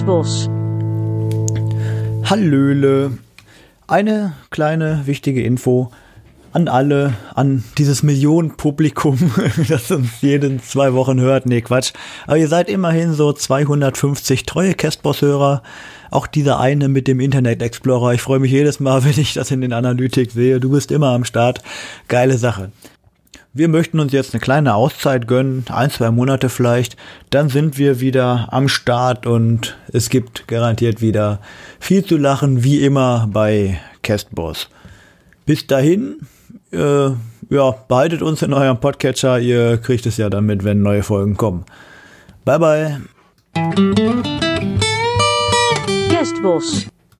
Kerstbos. Hallöle. Eine kleine wichtige Info an alle, an dieses Millionenpublikum, das uns jeden 2 Wochen hört. Nee, Quatsch. Aber ihr seid immerhin so 250 treue Kerstbos-Hörer. Auch dieser eine mit dem Internet Explorer. Ich freue mich jedes Mal, wenn ich das in den Analytik sehe. Du bist immer am Start. Geile Sache. Wir möchten uns jetzt eine kleine Auszeit gönnen, 1-2 Monate vielleicht, dann sind wir wieder am Start und es gibt garantiert wieder viel zu lachen, wie immer bei Kerstbos. Bis dahin, behaltet uns in eurem Podcatcher, ihr kriegt es ja damit, wenn neue Folgen kommen. Bye bye. Kerstbos.